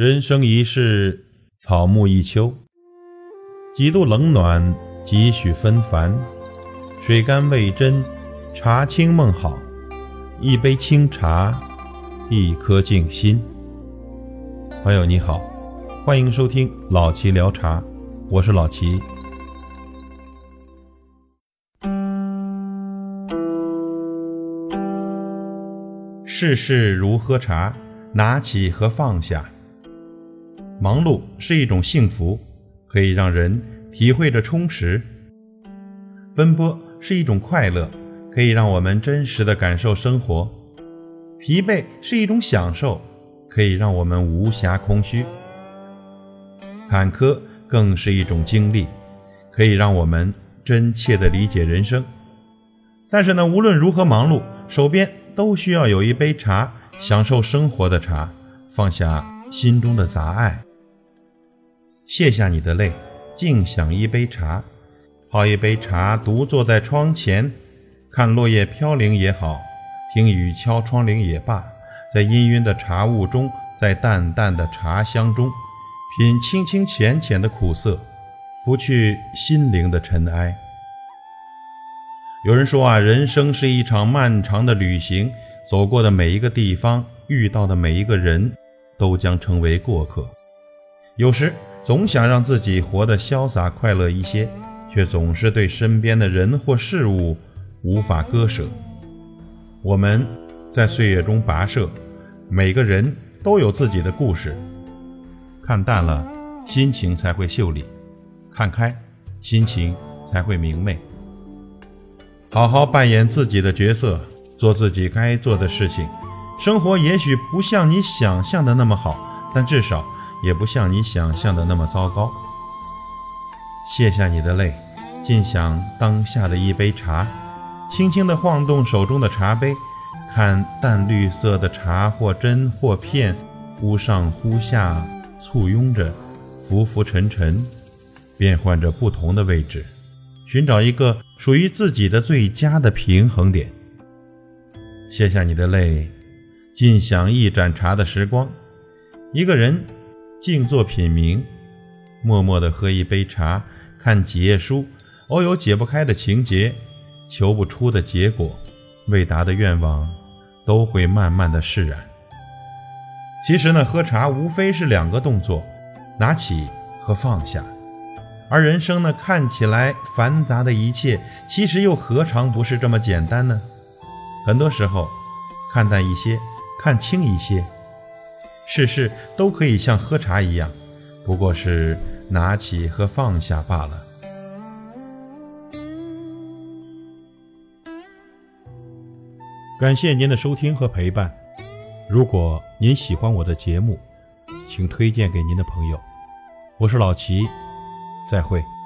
人生一世，草木一秋，几度冷暖，几许纷繁。水甘味真，茶清梦好。一杯清茶，一颗静心。朋友你好，欢迎收听老齐聊茶，我是老齐。世事如喝茶，拿起和放下。忙碌是一种幸福，可以让人体会着充实；奔波是一种快乐，可以让我们真实地感受生活；疲惫是一种享受，可以让我们无暇空虚；坎坷更是一种经历，可以让我们真切地理解人生。但是呢，无论如何忙碌，手边都需要有一杯茶，享受生活的茶，放下心中的杂碍，卸下你的泪，静享一杯茶。泡一杯茶，独坐在窗前，看落叶飘零也好，听雨敲窗棂也罢，在氤氲的茶雾中，在淡淡的茶香中，品清清浅浅的苦涩，拂去心灵的尘埃。有人说人生是一场漫长的旅行，走过的每一个地方，遇到的每一个人，都将成为过客。有时总想让自己活得潇洒快乐一些，却总是对身边的人或事物无法割舍。我们在岁月中跋涉，每个人都有自己的故事。看淡了，心情才会秀丽；看开，心情才会明媚。好好扮演自己的角色，做自己该做的事情。生活也许不像你想象的那么好，但至少也不像你想象的那么糟糕。卸下你的泪，尽享当下的一杯茶，轻轻地晃动手中的茶杯，看淡绿色的茶或真或片，忽上忽下簇拥着，浮浮沉沉，变换着不同的位置，寻找一个属于自己的最佳的平衡点。卸下你的泪，尽享一盏茶的时光。一个人静坐品茗，默默地喝一杯茶，看几页书，偶有解不开的情节，求不出的结果，未达的愿望，都会慢慢地释然。其实呢，喝茶无非是两个动作，拿起和放下。而人生呢，看起来繁杂的一切，其实又何尝不是这么简单呢？很多时候，看淡一些，看清一些，事事都可以像喝茶一样，不过是拿起和放下罢了。感谢您的收听和陪伴。如果您喜欢我的节目，请推荐给您的朋友。我是老齐，再会。